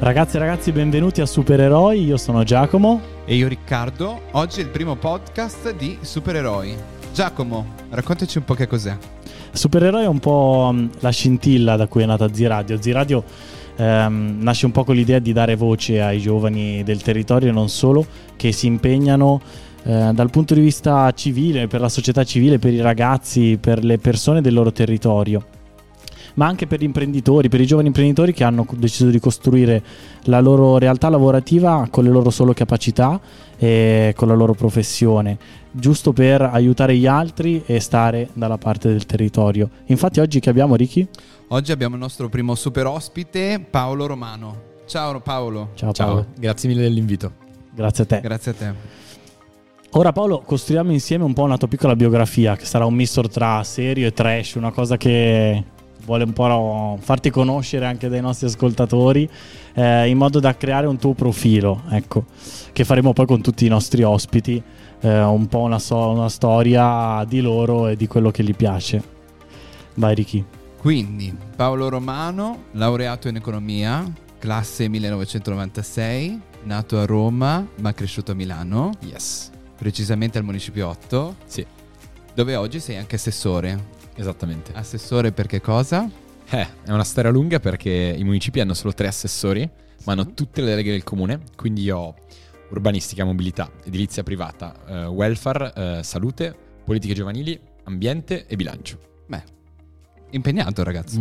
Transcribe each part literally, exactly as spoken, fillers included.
Ragazzi e ragazzi, benvenuti a Supereroi, io sono Giacomo. E io Riccardo. Oggi è il primo podcast di Supereroi. Giacomo, raccontaci un po' che cos'è. Supereroi è un po' la scintilla da cui è nata Z-Radio. Z-Radio ehm, nasce un po' con l'idea di dare voce ai giovani del territorio e non solo, che si impegnano eh, dal punto di vista civile, per la società civile, per i ragazzi, per le persone del loro territorio, ma anche per gli imprenditori, per i giovani imprenditori che hanno deciso di costruire la loro realtà lavorativa con le loro solo capacità e con la loro professione, giusto per aiutare gli altri e stare dalla parte del territorio. Infatti oggi che abbiamo, Ricky? Oggi abbiamo il nostro primo super ospite, Paolo Romano. Ciao Paolo. Ciao Paolo. Ciao, grazie mille dell'invito. Grazie a te. Grazie a te. Ora Paolo, costruiamo insieme un po' una tua piccola biografia, che sarà un misto tra serio e trash, una cosa che vuole un po' farti conoscere anche dai nostri ascoltatori, eh, in modo da creare un tuo profilo, ecco, che faremo poi con tutti i nostri ospiti, eh, un po' una, so- una storia di loro e di quello che gli piace. Vai Ricky. Quindi, Paolo Romano, laureato in economia, classe millenovecentonovantasei, nato a Roma ma cresciuto a Milano, Yes. precisamente al Municipio otto, Sì, dove oggi sei anche assessore. esattamente. Assessore per che cosa? Eh, è una storia lunga perché i municipi hanno solo tre assessori, ma hanno tutte le deleghe del comune, quindi io ho urbanistica, mobilità, edilizia privata, eh, welfare, eh, salute, politiche giovanili, ambiente e bilancio. Beh, impegnato ragazzo.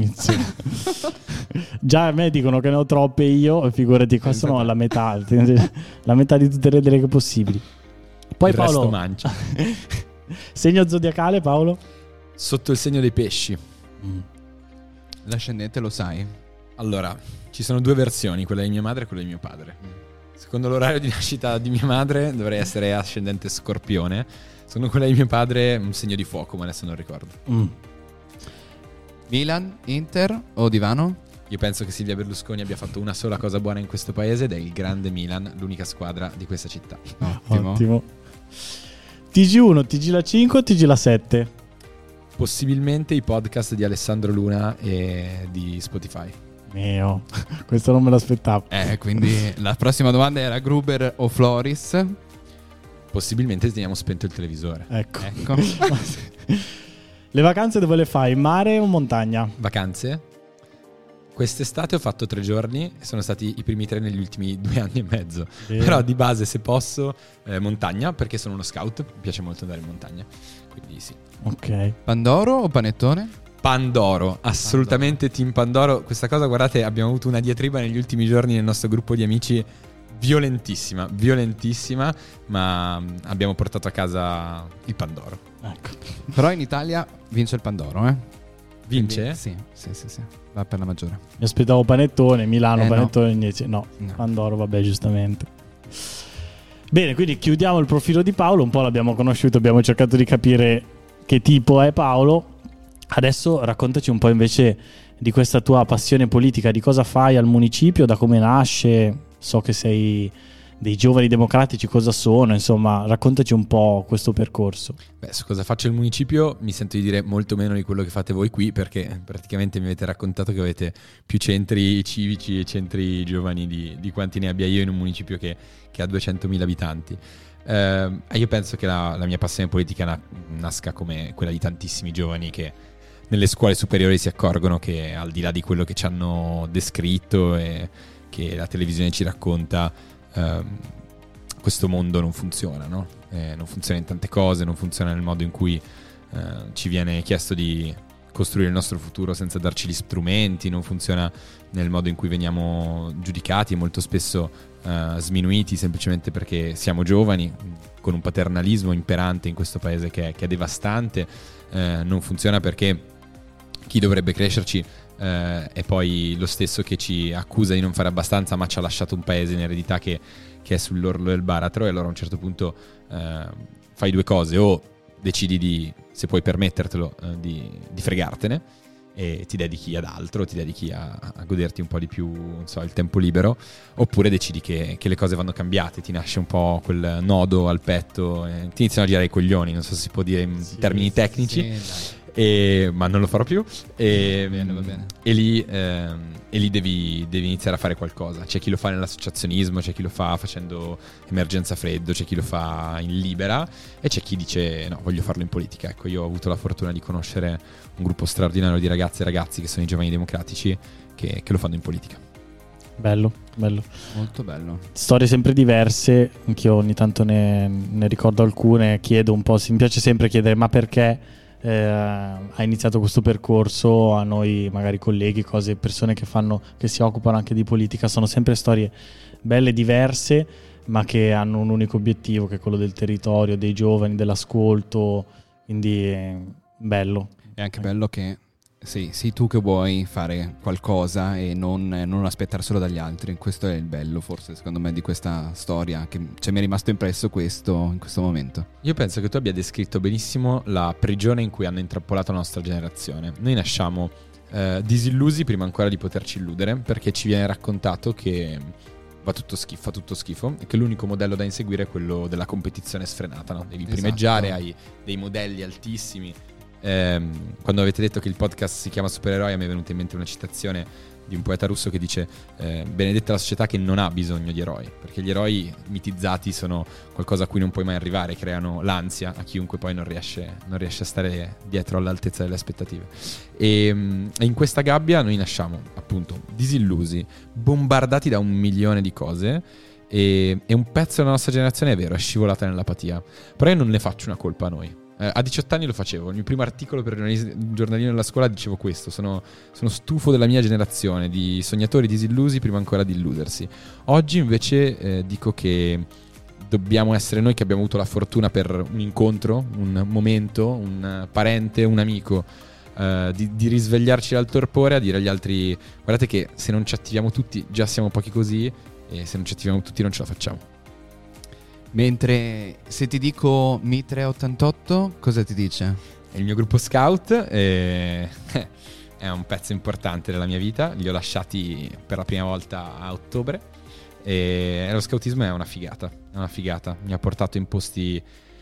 Già a me dicono che ne ho troppe io, figurati, qua sono la metà, la metà di tutte le deleghe possibili. Poi Il Paolo, resto mangia. segno zodiacale Paolo? Sotto il segno dei pesci. Mm. L'ascendente lo sai? Allora, ci sono due versioni, quella di mia madre e quella di mio padre. Secondo l'orario di nascita di mia madre dovrei essere ascendente Scorpione. Secondo quella di mio padre un segno di fuoco, ma adesso non ricordo. Mm. Milan, Inter o Divano? Io penso che Silvia Berlusconi abbia fatto una sola cosa buona in questo paese ed è il grande Milan, l'unica squadra di questa città. Ottimo. Ottimo. T G uno, T G la cinque o T G la sette? Possibilmente i podcast di Alessandro Luna e di Spotify. Mio, questo non me l'aspettavo. Eh, quindi la prossima domanda era Gruber o Floris? Possibilmente teniamo spento il televisore. Ecco. Ecco. Le vacanze dove le fai? Mare o montagna? Vacanze? Quest'estate ho fatto tre giorni e sono stati i primi tre negli ultimi due anni e mezzo. Bene. Però di base, se posso, eh, montagna, perché sono uno scout, mi piace molto andare in montagna. Quindi sì. Ok. Pandoro o panettone? Pandoro, assolutamente team Pandoro. Questa cosa, guardate, abbiamo avuto una diatriba negli ultimi giorni nel nostro gruppo di amici violentissima, violentissima, ma abbiamo portato a casa il Pandoro. Ecco. Però in Italia vince il Pandoro, eh? Vince? Quindi, sì, sì, sì, sì. Va per la maggiore. Mi aspettavo panettone, Milano, Eh, no. panettone invece no. No. Pandoro, vabbè, giustamente. Bene, quindi chiudiamo il profilo di Paolo, un po' l'abbiamo conosciuto, abbiamo cercato di capire che tipo è Paolo. Adesso raccontaci un po' invece di questa tua passione politica, di cosa fai al municipio, da come nasce. So che sei dei Giovani Democratici, cosa sono, insomma, raccontaci un po' questo percorso. Beh, su cosa faccio il municipio mi sento di dire molto meno di quello che fate voi qui, perché praticamente mi avete raccontato che avete più centri civici e centri giovani di, di quanti ne abbia io in un municipio che, che ha duecentomila abitanti. Eh, io penso che la, la mia passione politica na- nasca come quella di tantissimi giovani che nelle scuole superiori si accorgono che, al di là di quello che ci hanno descritto e che la televisione ci racconta, ehm, questo mondo non funziona, no? Eh, non funziona in tante cose, non funziona nel modo in cui eh, ci viene chiesto di costruire il nostro futuro senza darci gli strumenti, non funziona nel modo in cui veniamo giudicati e molto spesso eh, sminuiti semplicemente perché siamo giovani, con un paternalismo imperante in questo paese che è, che è devastante. Eh, non funziona perché chi dovrebbe crescerci eh, è poi lo stesso che ci accusa di non fare abbastanza, ma ci ha lasciato un paese in eredità che, che è sull'orlo del baratro, e allora a un certo punto eh, fai due cose: o decidi di, se puoi permettertelo, eh, di, di fregartene e ti dedichi ad altro, ti dedichi a, a goderti un po' di più, non so, il tempo libero, oppure decidi che, che le cose vanno cambiate, ti nasce un po' quel nodo al petto e ti iniziano a girare i coglioni, non so se si può dire in Sì, termini sì, tecnici. Sì, dai. e, ma non lo farò più. E, bene, va bene. E lì, ehm, e lì devi, devi iniziare a fare qualcosa. C'è chi lo fa nell'associazionismo, c'è chi lo fa facendo emergenza freddo, c'è chi lo fa in libera e c'è chi dice no, voglio farlo in politica. Ecco, io ho avuto la fortuna di conoscere un gruppo straordinario di ragazze e ragazzi che sono i Giovani Democratici che, che lo fanno in politica. Bello, bello. Molto bello. Storie sempre diverse, anch'io ogni tanto ne, ne ricordo alcune, chiedo un po', mi piace sempre chiedere ma perché eh, ha iniziato questo percorso, a noi magari colleghi, cose, persone che fanno, che si occupano anche di politica, sono sempre storie belle, diverse, ma che hanno un unico obiettivo che è quello del territorio, dei giovani, dell'ascolto, quindi è bello. È anche bello che Sì, sei tu che vuoi fare qualcosa e non, non aspettare solo dagli altri. Questo è il bello, forse, secondo me, di questa storia, che cioè, mi è rimasto impresso questo in questo momento. Io penso che tu abbia descritto benissimo la prigione in cui hanno intrappolato la nostra generazione. Noi nasciamo eh, disillusi prima ancora di poterci illudere, perché ci viene raccontato che va tutto schifo, fa tutto schifo, e che l'unico modello da inseguire è quello della competizione sfrenata, no? Devi primeggiare, Esatto. hai dei modelli altissimi. Eh, quando avete detto che il podcast si chiama Supereroi, mi è venuta in mente una citazione di un poeta russo che dice eh, benedetta la società che non ha bisogno di eroi, perché gli eroi mitizzati sono qualcosa a cui non puoi mai arrivare, creano l'ansia a chiunque poi non riesce, non riesce a stare dietro all'altezza delle aspettative. E, e in questa gabbia noi nasciamo appunto disillusi, bombardati da un milione di cose, e, e un pezzo della nostra generazione è vero, è scivolata nell'apatia, però io non ne faccio una colpa a noi. Eh, a diciotto anni lo facevo, il mio primo articolo per il giornalino della scuola dicevo questo: sono, sono stufo della mia generazione di sognatori disillusi prima ancora di illudersi. Oggi invece eh, dico che dobbiamo essere noi che abbiamo avuto la fortuna per un incontro, un momento, un parente, un amico eh, di, di risvegliarci dal torpore, a dire agli altri guardate che se non ci attiviamo tutti già siamo pochi così, e se non ci attiviamo tutti non ce la facciamo. Mentre se ti dico Mitre ottantotto, cosa ti dice? È il mio gruppo scout, e è un pezzo importante della mia vita. Li ho lasciati per la prima volta a ottobre e lo scoutismo è una figata, è una figata. Mi ha portato in posti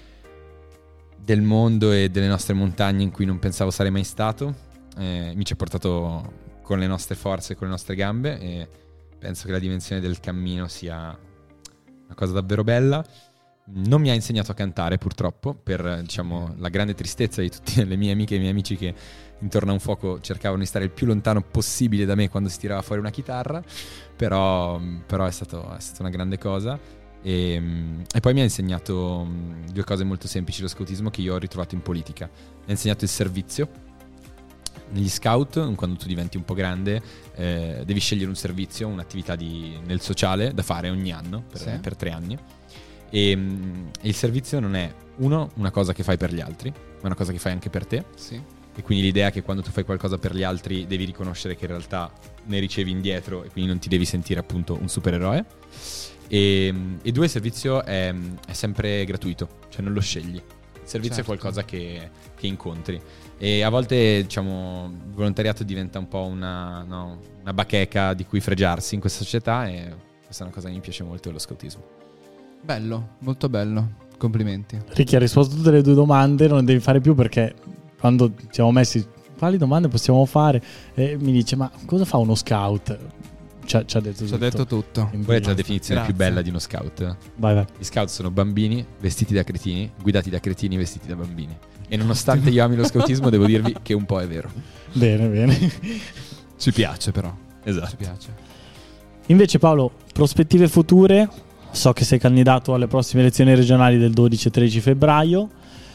del mondo e delle nostre montagne in cui non pensavo sarei mai stato. Eh, mi ci ha portato con le nostre forze, con le nostre gambe, e penso che la dimensione del cammino sia una cosa davvero bella. Non mi ha insegnato a cantare, purtroppo, per diciamo la grande tristezza di tutte le mie amiche e i miei amici che intorno a un fuoco cercavano di stare il più lontano possibile da me quando si tirava fuori una chitarra, però, però è, stato, è stata una grande cosa. E, e poi mi ha insegnato due cose molto semplici lo scoutismo che io ho ritrovato in politica. Mi ha insegnato il servizio. Negli scout, quando tu diventi un po' grande, eh, devi scegliere un servizio, un'attività di, nel sociale da fare ogni anno per, Sì. per tre anni. E, e il servizio non è, uno, una cosa che fai per gli altri, ma è una cosa che fai anche per te. Sì. E quindi l'idea è che quando tu fai qualcosa per gli altri devi riconoscere che in realtà ne ricevi indietro, e quindi non ti devi sentire appunto un supereroe. E, e due, il servizio è, è sempre gratuito, cioè non lo scegli. Il servizio Certo. è qualcosa che, che incontri. E a volte, diciamo, il volontariato diventa un po' una, no, una bacheca di cui fregiarsi in questa società, e questa è una cosa che mi piace molto dello scoutismo. Bello, molto bello. Complimenti. Ricky ha risposto a tutte le due domande, non le devi fare più perché quando ci siamo messi quali domande possiamo fare, e mi dice ma cosa fa uno scout? Ci ha, ci ha detto tutto. Ci ha detto tutto. Volete la definizione Grazie. più bella di uno scout? Vai vai. Gli scout sono bambini vestiti da cretini, guidati da cretini vestiti da bambini. E nonostante io ami lo scoutismo, devo dirvi che un po' è vero. Bene, bene. Ci piace però. Esatto. Ci piace. Invece Paolo, prospettive future? So che sei candidato alle prossime elezioni regionali del dodici e tredici febbraio.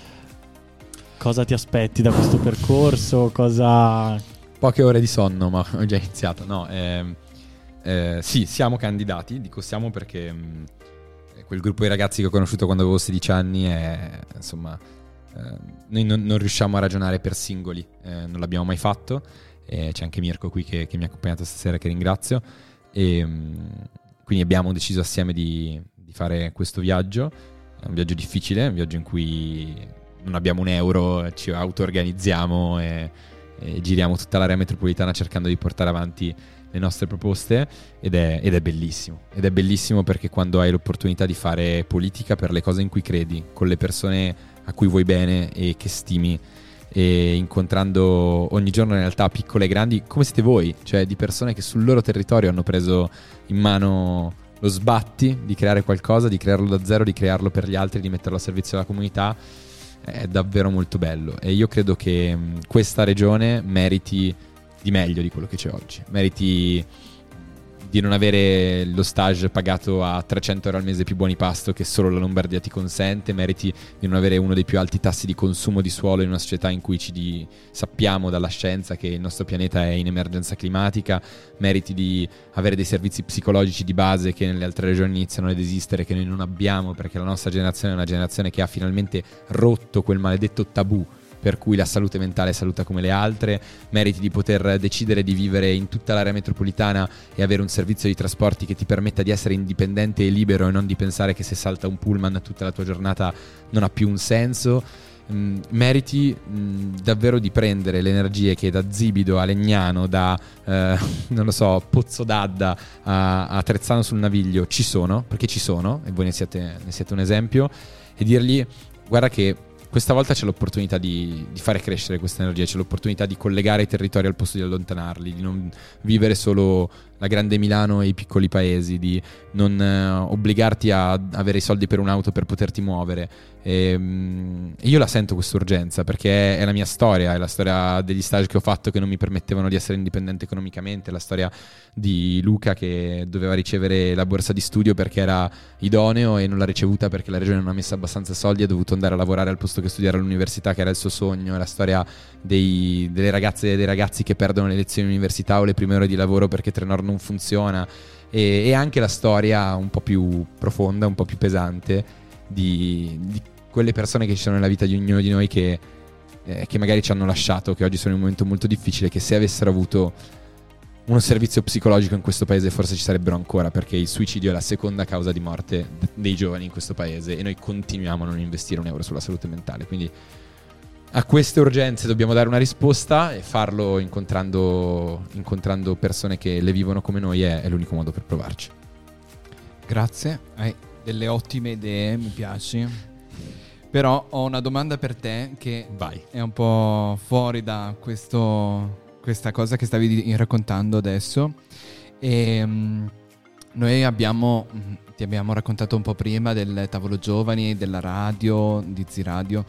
Cosa ti aspetti da questo percorso? Cosa... Poche ore di sonno, ma ho già iniziato. No, ehm, eh, sì, siamo candidati. Dico siamo perché mh, quel gruppo di ragazzi che ho conosciuto quando avevo sedici anni è, insomma, eh, noi non, non riusciamo a ragionare per singoli, eh, non l'abbiamo mai fatto. E c'è anche Mirko qui che, che mi ha accompagnato stasera, che ringrazio. E mh, quindi abbiamo deciso assieme di, di fare questo viaggio. È un viaggio difficile, un viaggio in cui non abbiamo un euro, ci auto-organizziamo e, e giriamo tutta l'area metropolitana cercando di portare avanti le nostre proposte, ed è, ed è bellissimo. Ed è bellissimo perché quando hai l'opportunità di fare politica per le cose in cui credi, con le persone a cui vuoi bene e che stimi, e incontrando ogni giorno in realtà piccole e grandi, come siete voi, cioè di persone che sul loro territorio hanno preso in mano lo sbatti di creare qualcosa, di crearlo da zero, di crearlo per gli altri, di metterlo a servizio della comunità. È davvero molto bello e io credo che mh, questa regione meriti di meglio di quello che c'è oggi, meriti di non avere lo stage pagato a trecento euro al mese più buoni pasto che solo la Lombardia ti consente, meriti di non avere uno dei più alti tassi di consumo di suolo in una società in cui ci di, sappiamo dalla scienza che il nostro pianeta è in emergenza climatica, meriti di avere dei servizi psicologici di base che nelle altre regioni iniziano ad esistere, che noi non abbiamo, perché la nostra generazione è una generazione che ha finalmente rotto quel maledetto tabù per cui la salute mentale è saluta come le altre, meriti di poter decidere di vivere in tutta l'area metropolitana e avere un servizio di trasporti che ti permetta di essere indipendente e libero e non di pensare che se salta un pullman tutta la tua giornata non ha più un senso. Mm, meriti mm, davvero di prendere le energie che da Zibido a Legnano, da eh, non lo so, Pozzo d'Adda a, a Trezzano sul Naviglio ci sono, perché ci sono e voi ne siete, ne siete un esempio, e dirgli guarda che questa volta c'è l'opportunità di, di fare crescere questa energia, c'è l'opportunità di collegare i territori al posto di allontanarli, di non vivere solo la grande Milano e i piccoli paesi, di non eh, obbligarti a avere i soldi per un'auto per poterti muovere. E, um, io la sento questa urgenza perché è, è la mia storia, è la storia degli stage che ho fatto che non mi permettevano di essere indipendente economicamente, la storia di Luca che doveva ricevere la borsa di studio perché era idoneo e non l'ha ricevuta perché la regione non ha messo abbastanza soldi e ha dovuto andare a lavorare al posto che studiare all'università, che era il suo sogno. È la storia dei, delle ragazze e dei ragazzi che perdono le lezioni all'università o le prime ore di lavoro perché Trenor non funziona, e, e anche la storia un po' più profonda, un po' più pesante di, di quelle persone che ci sono nella vita di ognuno di noi che, eh, che magari ci hanno lasciato, che oggi sono in un momento molto difficile, che se avessero avuto uno servizio psicologico in questo paese forse ci sarebbero ancora, perché il suicidio è la seconda causa di morte dei giovani in questo paese e noi continuiamo a non investire un euro sulla salute mentale. Quindi a queste urgenze dobbiamo dare una risposta e farlo incontrando, incontrando persone che le vivono come noi è, è l'unico modo per provarci. Grazie, hai delle ottime idee, mi piaci. Però ho una domanda per te che Vai. è un po' fuori da questo, questa cosa che stavi raccontando adesso. E um, noi abbiamo, ti abbiamo raccontato un po' prima del tavolo giovani, della radio, di Ziradio.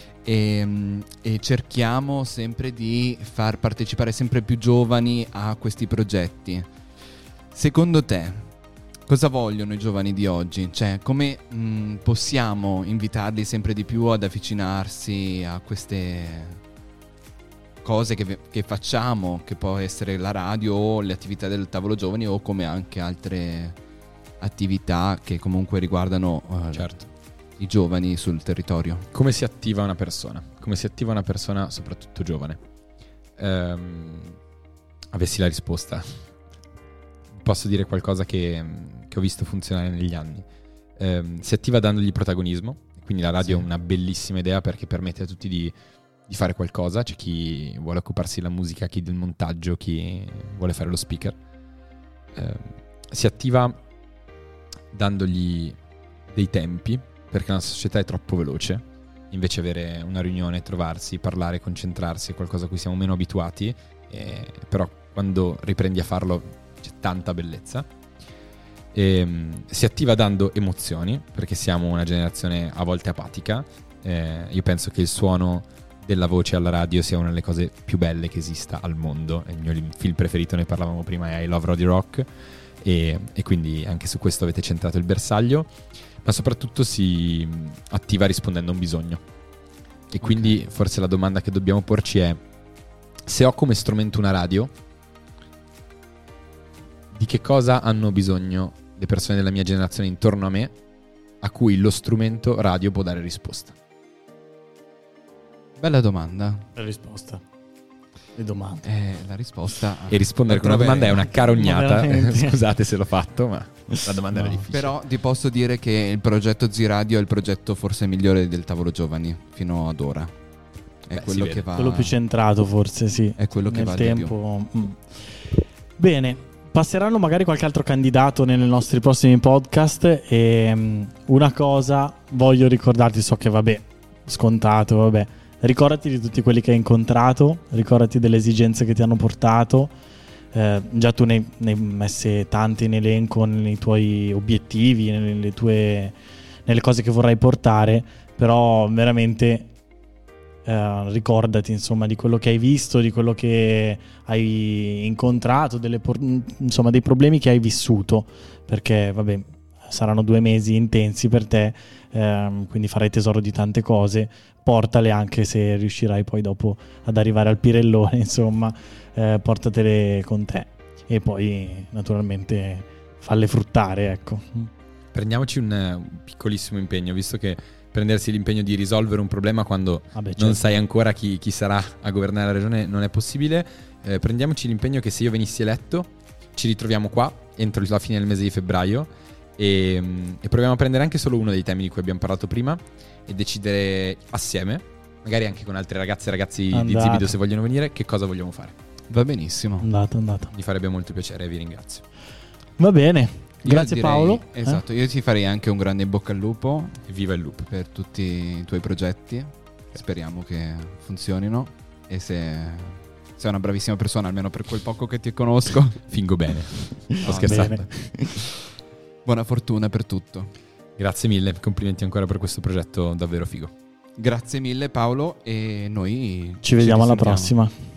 E, e cerchiamo sempre di far partecipare sempre più giovani a questi progetti. Secondo te cosa vogliono i giovani di oggi? Cioè, come mh, possiamo invitarli sempre di più ad avvicinarsi a queste cose che, che facciamo, che può essere la radio o le attività del tavolo giovani, o come anche altre attività che comunque riguardano uh, Certo. i giovani sul territorio? Come si attiva una persona? Come si attiva una persona, soprattutto giovane? Ehm, avessi la risposta, posso dire qualcosa che, che ho visto funzionare negli anni. Ehm, si attiva dandogli protagonismo, quindi la radio Sì. è una bellissima idea perché permette a tutti di, di fare qualcosa. C'è chi vuole occuparsi della musica, chi del montaggio, chi vuole fare lo speaker. Ehm, si attiva dandogli dei tempi, perché la nostra società è troppo veloce. Invece avere una riunione, trovarsi, parlare, concentrarsi è qualcosa a cui siamo meno abituati, eh, però quando riprendi a farlo c'è tanta bellezza. E, si attiva dando emozioni, perché siamo una generazione a volte apatica. Eh, io penso che il suono della voce alla radio sia una delle cose più belle che esista al mondo. Il mio film preferito, ne parlavamo prima, è I Love Radio Rock, e, e quindi anche su questo avete centrato il bersaglio. Ma soprattutto si attiva rispondendo a un bisogno. E quindi okay. forse la domanda che dobbiamo porci è: se ho come strumento una radio, di che cosa hanno bisogno le persone della mia generazione intorno a me, a cui lo strumento radio può dare risposta? Bella domanda. La risposta. Le domande. Eh, la risposta. E rispondere con una domanda è una carognata. Scusate se l'ho fatto, ma la domanda no. era difficile. Però ti posso dire che il progetto Ziradio è il progetto forse migliore del tavolo giovani fino ad ora. È Beh, quello che va. Quello più centrato, forse, sì. È quello che nel va tempo. Mm. Bene, passeranno magari qualche altro candidato nei nostri prossimi podcast. E um, una cosa voglio ricordarti, so che vabbè, scontato, vabbè. ricordati di tutti quelli che hai incontrato, ricordati delle esigenze che ti hanno portato. Eh, già tu ne, ne hai messe tante in elenco nei tuoi obiettivi, nelle tue nelle cose che vorrai portare, però veramente eh, ricordati insomma di quello che hai visto, di quello che hai incontrato, delle por- insomma dei problemi che hai vissuto, perché vabbè saranno due mesi intensi per te, ehm, quindi farai tesoro di tante cose, portale anche se riuscirai poi dopo ad arrivare al Pirellone, insomma, eh, portatele con te e poi naturalmente falle fruttare, ecco. Prendiamoci un, un piccolissimo impegno, visto che prendersi l'impegno di risolvere un problema quando Vabbè, certo. non sai ancora chi, chi sarà a governare la regione non è possibile. Eh, prendiamoci l'impegno che se io venissi eletto ci ritroviamo qua entro la fine del mese di febbraio e, e proviamo a prendere anche solo uno dei temi di cui abbiamo parlato prima e decidere assieme, magari anche con altri ragazzi e ragazzi Andate. di Zibido se vogliono venire, che cosa vogliamo fare. Va benissimo. Andato, andato. Mi farebbe molto piacere e vi ringrazio. Va bene. Grazie Io direi- Paolo. Esatto, io ti farei anche un grande in bocca al lupo Viva il loop. per tutti i tuoi progetti. Speriamo che funzionino. E se sei una bravissima persona, almeno per quel poco che ti conosco. Fingo bene. Sto No, scherzando. bene. Buona fortuna per tutto. Grazie mille, complimenti ancora per questo progetto davvero figo. Grazie mille Paolo e noi Ci vediamo alla risentiamo. prossima.